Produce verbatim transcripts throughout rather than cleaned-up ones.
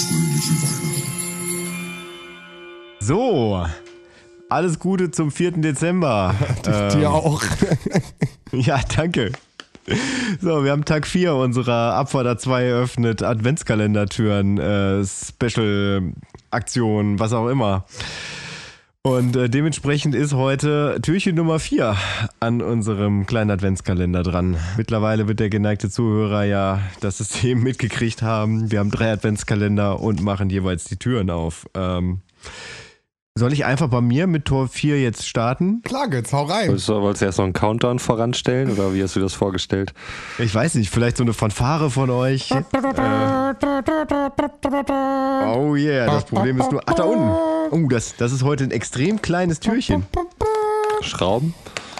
fröhliche Weihnachten. So, alles Gute zum vierten Dezember. ähm, dir auch. Ja, danke. So, wir haben Tag vier unserer Abfahrt A zwei eröffnet, Adventskalendertüren, äh, Special-Aktion, was auch immer. Und äh, dementsprechend ist heute Türchen Nummer vier an unserem kleinen Adventskalender dran. Mittlerweile wird der geneigte Zuhörer ja das System mitgekriegt haben. Wir haben drei Adventskalender und machen jeweils die Türen auf. Ähm, soll ich einfach bei mir mit Tor vier jetzt starten? Klar, jetzt hau rein. Wolltest du, wolltest du erst noch einen Countdown voranstellen oder wie hast du das vorgestellt? Ich weiß nicht, vielleicht so eine Fanfare von euch. äh, oh yeah, das Problem ist nur... Ach, da unten. Oh, das, das ist heute ein extrem kleines Türchen. Schrauben?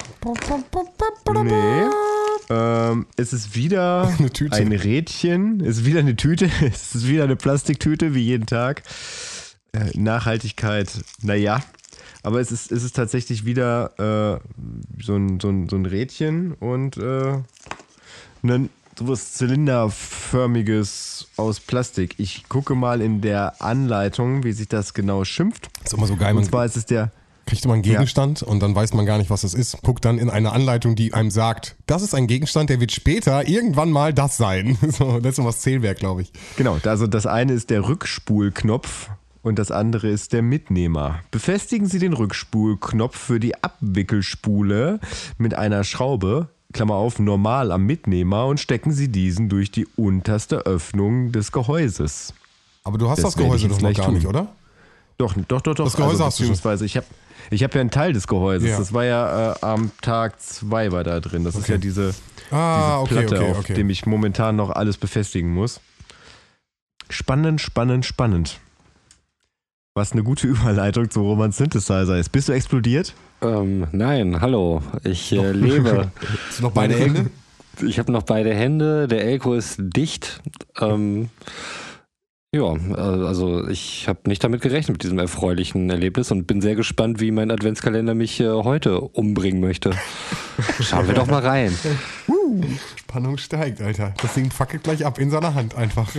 Nee. Ähm, es ist wieder eine Tüte. Ein Rädchen. Es ist wieder eine Tüte. Es ist wieder eine Plastiktüte, wie jeden Tag. Äh, Nachhaltigkeit, naja. Aber es ist, es ist tatsächlich wieder äh, so, ein, so, ein, so ein Rädchen und äh, ein sowas Zylinderförmiges aus Plastik. Ich gucke mal in der Anleitung, wie sich das genau schimpft. Das ist immer so geil. Man und zwar ist es der... Kriegt man einen Gegenstand ja. und dann weiß man gar nicht, was es ist. Guckt dann in eine Anleitung, die einem sagt, das ist ein Gegenstand, der wird später irgendwann mal das sein. So, das ist immer das Zählwerk, glaube ich. Genau, also das eine ist der Rückspulknopf und das andere ist der Mitnehmer. Befestigen Sie den Rückspulknopf für die Abwickelspule mit einer Schraube, Klammer auf, normal am Mitnehmer und stecken Sie diesen durch die unterste Öffnung des Gehäuses. Aber du hast das, das Gehäuse doch noch gar tun. nicht, oder? Doch, doch, doch, doch. Das Gehäuse also, hast du. Ich habe ich hab ja einen Teil des Gehäuses. Ja. Das war ja äh, am Tag zwei war da drin. Das okay. ist ja diese, ah, diese okay, Platte, okay, auf okay. dem ich momentan noch alles befestigen muss. Spannend, spannend, spannend. Was eine gute Überleitung zum Roman Synthesizer ist. Bist du explodiert? Ähm, nein, hallo. Ich äh, lebe. Hast du noch beide Hände? Ich habe noch beide Hände. Der Elko ist dicht. Ähm, ja, also ich habe nicht damit gerechnet mit diesem erfreulichen Erlebnis und bin sehr gespannt, wie mein Adventskalender mich äh, heute umbringen möchte. Schauen wir doch mal rein. Uh, Spannung steigt, Alter. Das Ding fackelt gleich ab in seiner Hand einfach.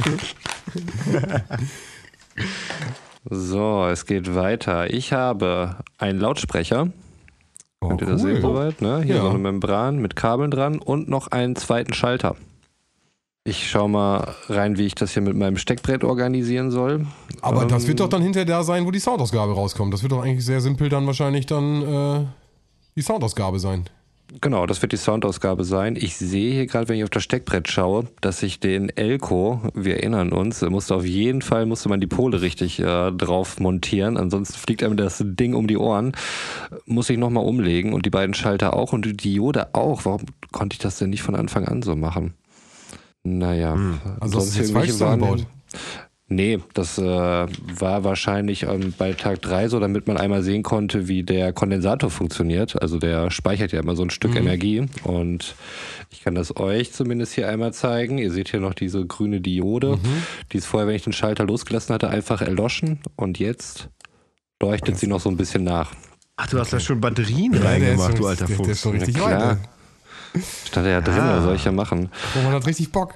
So, es geht weiter. Ich habe einen Lautsprecher. Oh, Könnt ihr cool. das sehen soweit? Ne? Hier Ja. so eine Membran mit Kabeln dran und noch einen zweiten Schalter. Ich schaue mal rein, wie ich das hier mit meinem Steckbrett organisieren soll. Aber ähm, das wird doch dann hinterher da sein, wo die Soundausgabe rauskommt. Das wird doch eigentlich sehr simpel dann wahrscheinlich dann äh, die Soundausgabe sein. Genau, das wird die Soundausgabe sein. Ich sehe hier gerade, wenn ich auf das Steckbrett schaue, dass ich den Elko, wir erinnern uns, musste auf jeden Fall, musste man die Pole richtig äh, drauf montieren, ansonsten fliegt einem das Ding um die Ohren. Muss ich nochmal umlegen und die beiden Schalter auch und die Diode auch. Warum konnte ich das denn nicht von Anfang an so machen? Naja. Hm. Also das ist jetzt falsch waren, zusammengebaut? Nee, das äh, war wahrscheinlich ähm, bei Tag drei so, damit man einmal sehen konnte, wie der Kondensator funktioniert. Also der speichert ja immer so ein Stück Mhm. Energie und ich kann das euch zumindest hier einmal zeigen. Ihr seht hier noch diese grüne Diode. Mhm. Die ist vorher, wenn ich den Schalter losgelassen hatte, einfach erloschen und jetzt leuchtet Jetzt. sie noch so ein bisschen nach. Ach, du hast da schon Batterien Ja, der ist reingemacht, schon- du alter der- der Fuchs. ist schon richtig Na weit. klar. ey. Stand er ja drin, Ah. was soll ich ja machen? Oh, man hat richtig Bock.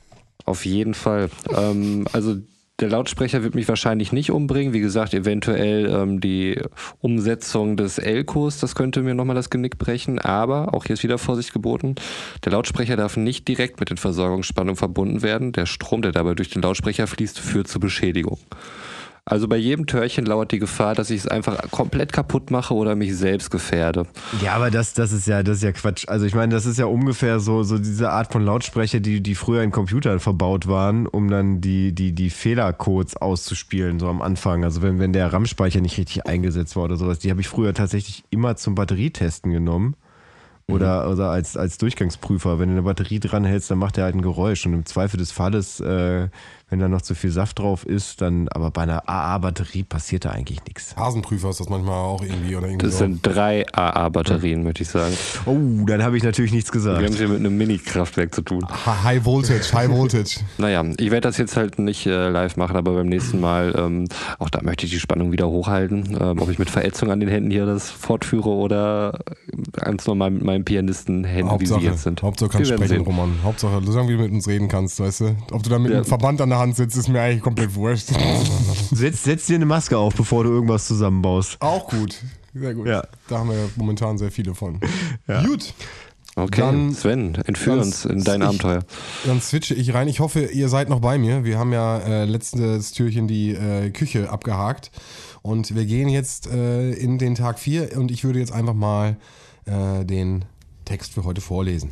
Auf jeden Fall. ähm, also der Lautsprecher wird mich wahrscheinlich nicht umbringen. Wie gesagt, eventuell ähm, die Umsetzung des Elkos, das könnte mir nochmal das Genick brechen. Aber, auch hier ist wieder Vorsicht geboten, der Lautsprecher darf nicht direkt mit den Versorgungsspannungen verbunden werden. Der Strom, der dabei durch den Lautsprecher fließt, führt zu Beschädigung. Also bei jedem Törchen lauert die Gefahr, dass ich es einfach komplett kaputt mache oder mich selbst gefährde. Ja, aber das, das ist ja, das ist ja Quatsch. Also ich meine, das ist ja ungefähr so, so diese Art von Lautsprecher, die, die früher in Computern verbaut waren, um dann die, die, die Fehlercodes auszuspielen, so am Anfang. Also wenn, wenn der RAM-Speicher nicht richtig eingesetzt war oder sowas. Die habe ich früher tatsächlich immer zum Batterietesten genommen. Oder, oder als, als Durchgangsprüfer. Wenn du eine Batterie dran hältst, dann macht der halt ein Geräusch. Und im Zweifel des Falles, äh, wenn da noch zu viel Saft drauf ist, dann, aber bei einer A A-Batterie passiert da eigentlich nichts. Hasenprüfer ist das manchmal auch irgendwie oder irgendwie Das so. sind drei A A-Batterien, möchte ich sagen. Oh, dann habe ich natürlich nichts Wir haben gesagt. es hier mit einem Mini-Kraftwerk zu tun. High Voltage, High Voltage. Naja, ich werde das jetzt halt nicht äh, live machen, aber beim nächsten Mal, ähm, auch da möchte ich die Spannung wieder hochhalten. Ähm, ob ich mit Verätzung an den Händen hier das fortführe oder ganz normal mit meinen Pianistenhänden Hauptsache, visiert sind. Hauptsache du kannst Wir werden sprechen, sehen. Roman. Hauptsache, solange wie du mit uns reden kannst, weißt du. Ob du da mit Ja. einem Verband an der Hand sitzt, ist mir eigentlich komplett wurscht. Setz, setz dir eine Maske auf, bevor du irgendwas zusammenbaust. Auch gut. Sehr gut. Ja. Da haben wir momentan sehr viele von. Gut. Okay, Dann- Sven, entführ dann uns in dein ich- Abenteuer. Dann switche ich rein. Ich hoffe, ihr seid noch bei mir. Wir haben ja äh, letztes Türchen die äh, Küche abgehakt. Und wir gehen jetzt äh, in den Tag vier und ich würde jetzt einfach mal äh, den Text für heute vorlesen.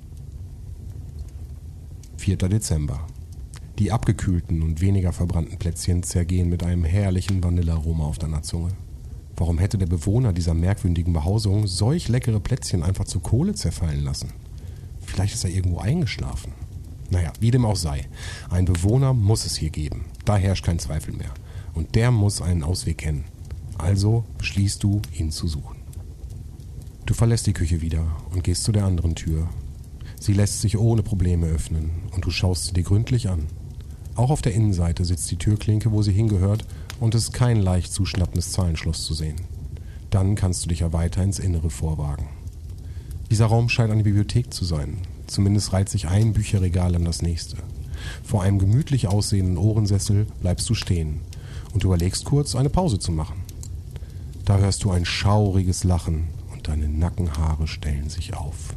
vierter Dezember. Die abgekühlten und weniger verbrannten Plätzchen zergehen mit einem herrlichen Vanillearoma auf deiner Zunge. Warum hätte der Bewohner dieser merkwürdigen Behausung solch leckere Plätzchen einfach zu Kohle zerfallen lassen? Vielleicht ist er irgendwo eingeschlafen. Naja, wie dem auch sei. Ein Bewohner muss es hier geben. Da herrscht kein Zweifel mehr. Und der muss einen Ausweg kennen. Also beschließt du, ihn zu suchen. Du verlässt die Küche wieder und gehst zu der anderen Tür. Sie lässt sich ohne Probleme öffnen und du schaust sie dir gründlich an. Auch auf der Innenseite sitzt die Türklinke, wo sie hingehört, und es ist kein leicht zuschnappendes Zahlenschloss zu sehen. Dann kannst du dich ja weiter ins Innere vorwagen. Dieser Raum scheint eine Bibliothek zu sein. Zumindest reiht sich ein Bücherregal an das nächste. Vor einem gemütlich aussehenden Ohrensessel bleibst du stehen und überlegst kurz, eine Pause zu machen. Da hörst du ein schauriges Lachen und deine Nackenhaare stellen sich auf.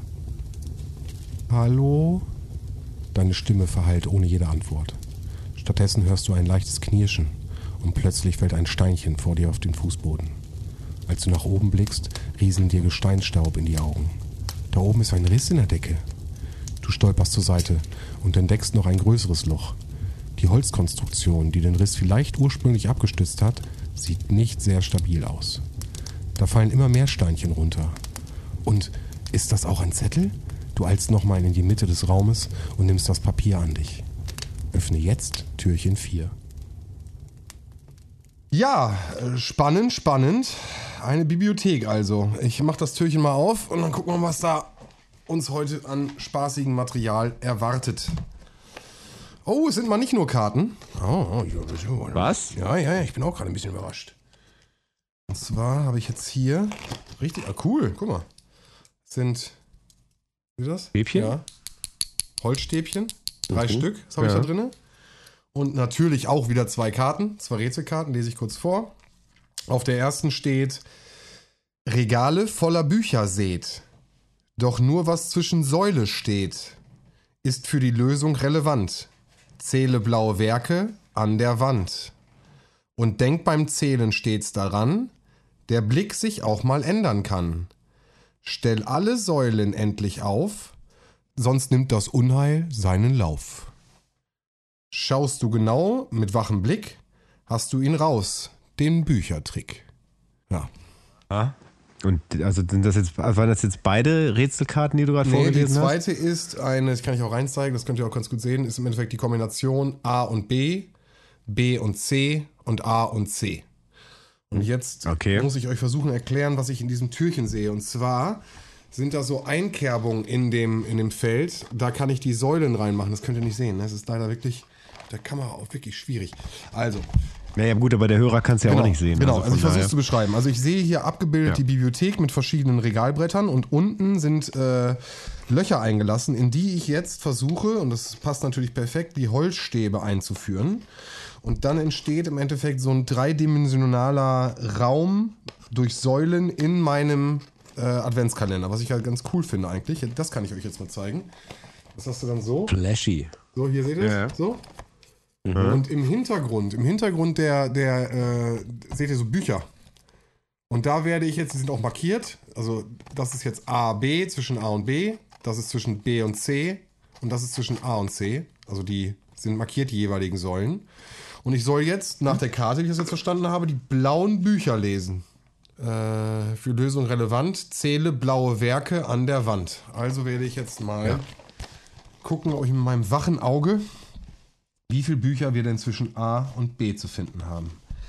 Hallo? Deine Stimme verhallt ohne jede Antwort. Stattdessen hörst du ein leichtes Knirschen und plötzlich fällt ein Steinchen vor dir auf den Fußboden. Als du nach oben blickst, rieselt dir Gesteinsstaub in die Augen. Da oben ist ein Riss in der Decke. Du stolperst zur Seite und entdeckst noch ein größeres Loch. Die Holzkonstruktion, die den Riss vielleicht ursprünglich abgestützt hat, sieht nicht sehr stabil aus. Da fallen immer mehr Steinchen runter. Und ist das auch ein Zettel? Du eilst nochmal in die Mitte des Raumes und nimmst das Papier an dich. Öffne jetzt Türchen vier. Ja, äh, spannend, spannend. Eine Bibliothek also. Ich mach das Türchen mal auf und dann gucken wir mal, was da uns heute an spaßigem Material erwartet. Oh, es sind mal nicht nur Karten. Oh, oh ja, das ist ja- Was? Ja, ja, ja, ich bin auch gerade ein bisschen überrascht. Und zwar habe ich jetzt hier richtig, ah cool, guck mal. Das sind, wie das? Stäbchen? Ja. Holzstäbchen, drei Mhm. Stück, das habe ich Ja. da drin. Und natürlich auch wieder zwei Karten, zwei Rätselkarten, lese ich kurz vor. Auf der ersten steht: Regale voller Bücher seht. Doch nur was zwischen Säule steht, ist für die Lösung relevant. Zähle blaue Werke an der Wand. Und denk beim Zählen stets daran, der Blick sich auch mal ändern kann. Stell alle Säulen endlich auf, sonst nimmt das Unheil seinen Lauf. Schaust du genau mit wachem Blick, hast du ihn raus, den Büchertrick. Ja. Ah. Und also sind das jetzt, waren das jetzt beide Rätselkarten, die du gerade Nee, die vorgelesen hast? zweite ist eine, das kann ich auch reinzeigen, das könnt ihr auch ganz gut sehen, ist im Endeffekt die Kombination A und B, B und C und A und C. Und jetzt Okay. muss ich euch versuchen erklären, was ich in diesem Türchen sehe. Und zwar sind da so Einkerbungen in dem, in dem Feld. Da kann ich die Säulen reinmachen. Das könnt ihr nicht sehen. Das ist leider wirklich, der Kamera auch wirklich schwierig. Also, Naja, gut, aber der Hörer kann es ja auch nicht sehen. Genau, also, von ich versuche daher- es zu beschreiben. Also ich sehe hier abgebildet Ja. die Bibliothek mit verschiedenen Regalbrettern und unten sind äh, Löcher eingelassen, in die ich jetzt versuche, und das passt natürlich perfekt, die Holzstäbe einzuführen. Und dann entsteht im Endeffekt so ein dreidimensionaler Raum durch Säulen in meinem äh, Adventskalender, was ich halt ganz cool finde eigentlich. Das kann ich euch jetzt mal zeigen. Das hast du dann so. Flashy. So, hier seht ihr es? Ja. So. Und im Hintergrund, im Hintergrund der, der äh, seht ihr so Bücher. Und da werde ich jetzt, die sind auch markiert, also das ist jetzt A, B, zwischen A und B, das ist zwischen B und C und das ist zwischen A und C. Also die sind markiert, die jeweiligen Säulen. Und ich soll jetzt, nach der Karte, wie ich das jetzt verstanden habe, die blauen Bücher lesen. Äh, für Lösung relevant, zähle blaue Werke an der Wand. Also werde ich jetzt mal gucken, ob ich mit meinem wachen Auge, wie viele Bücher wir denn zwischen A und B zu finden haben.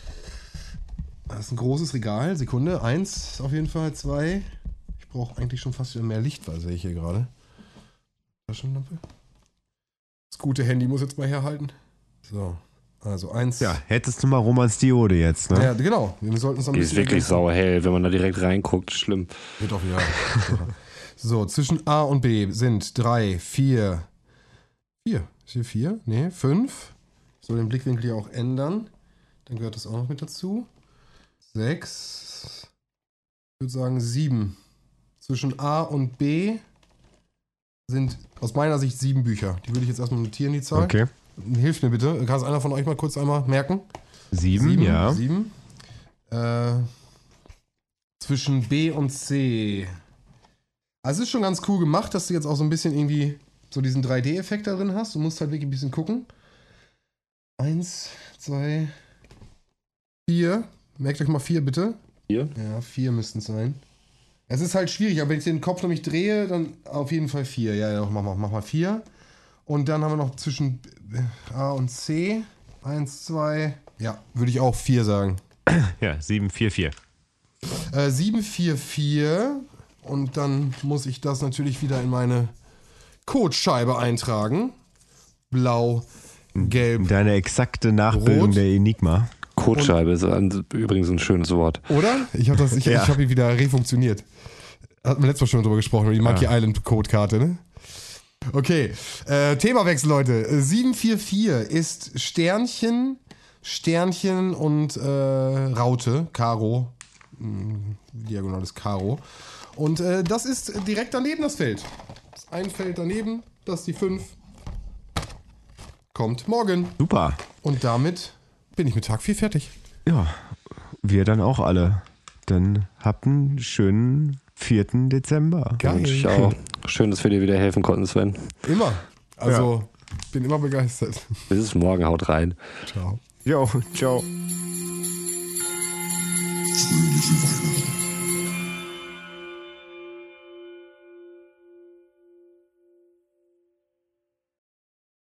Das ist ein großes Regal. Sekunde. Eins auf jeden Fall. Zwei. Ich brauche eigentlich schon fast wieder mehr Licht, weil sehe ich hier gerade. Taschenlampe. Das gute Handy muss jetzt mal herhalten. So. Also eins. Ja, hättest du mal Romans Diode jetzt, ne? Ja, genau. Wir sollten es ein Die ist bisschen wirklich ergänzen. sauerhell, wenn man da direkt reinguckt. Schlimm. Geht doch wieder. So, zwischen A und B sind drei, vier, vier, ist hier vier? Nee, fünf. So, den Blickwinkel hier auch ändern. Dann gehört das auch noch mit dazu. Sechs, ich würde sagen sieben. Zwischen A und B sind aus meiner Sicht sieben Bücher. Die würde ich jetzt erstmal notieren, die Zahl. Okay. Hilf mir bitte. Kann es einer von euch mal kurz einmal merken? Sieben, sieben ja. Sieben. Äh, zwischen B und C. Also es ist schon ganz cool gemacht, dass du jetzt auch so ein bisschen irgendwie so diesen drei D-Effekt da drin hast. Du musst halt wirklich ein bisschen gucken. Eins, zwei, vier. Merkt euch mal vier, bitte. Vier? Ja, vier müssten es sein. Es ist halt schwierig, aber wenn ich den Kopf nämlich drehe, dann auf jeden Fall vier. Ja, ja, mach mal, mach mal vier. Und dann haben wir noch zwischen A und C. Eins, zwei. Ja, würde ich auch vier sagen. Ja, sieben, vier, vier. Äh, sieben, vier, vier. Und dann muss ich das natürlich wieder in meine Codescheibe eintragen. Blau, gelb. Deine exakte Nachbildung Rot. der Enigma. Codescheibe ist ein, übrigens ein schönes Wort. Oder? Ich habe ich, Ja. ich hab ihn wieder refunktioniert. Hatten wir letztes Mal schon drüber gesprochen, über die Monkey Ja. Island Codekarte, ne? Okay, äh, Themawechsel, Leute. sieben vier vier ist Sternchen, Sternchen und äh, Raute, Karo, mh, diagonales Karo. Und äh, das ist direkt daneben das Feld. Das ein Feld daneben, das ist die fünf. Kommt morgen. Super. Und damit bin ich mit Tag vier fertig. Ja, wir dann auch alle. Dann habt einen schönen vierten Dezember. Geil. Wünsche ich auch. Schön, dass wir dir wieder helfen konnten, Sven. Immer. Also, bin immer begeistert. Bis morgen, haut rein. Ciao. Jo, ciao. Fröhliche Weihnachten.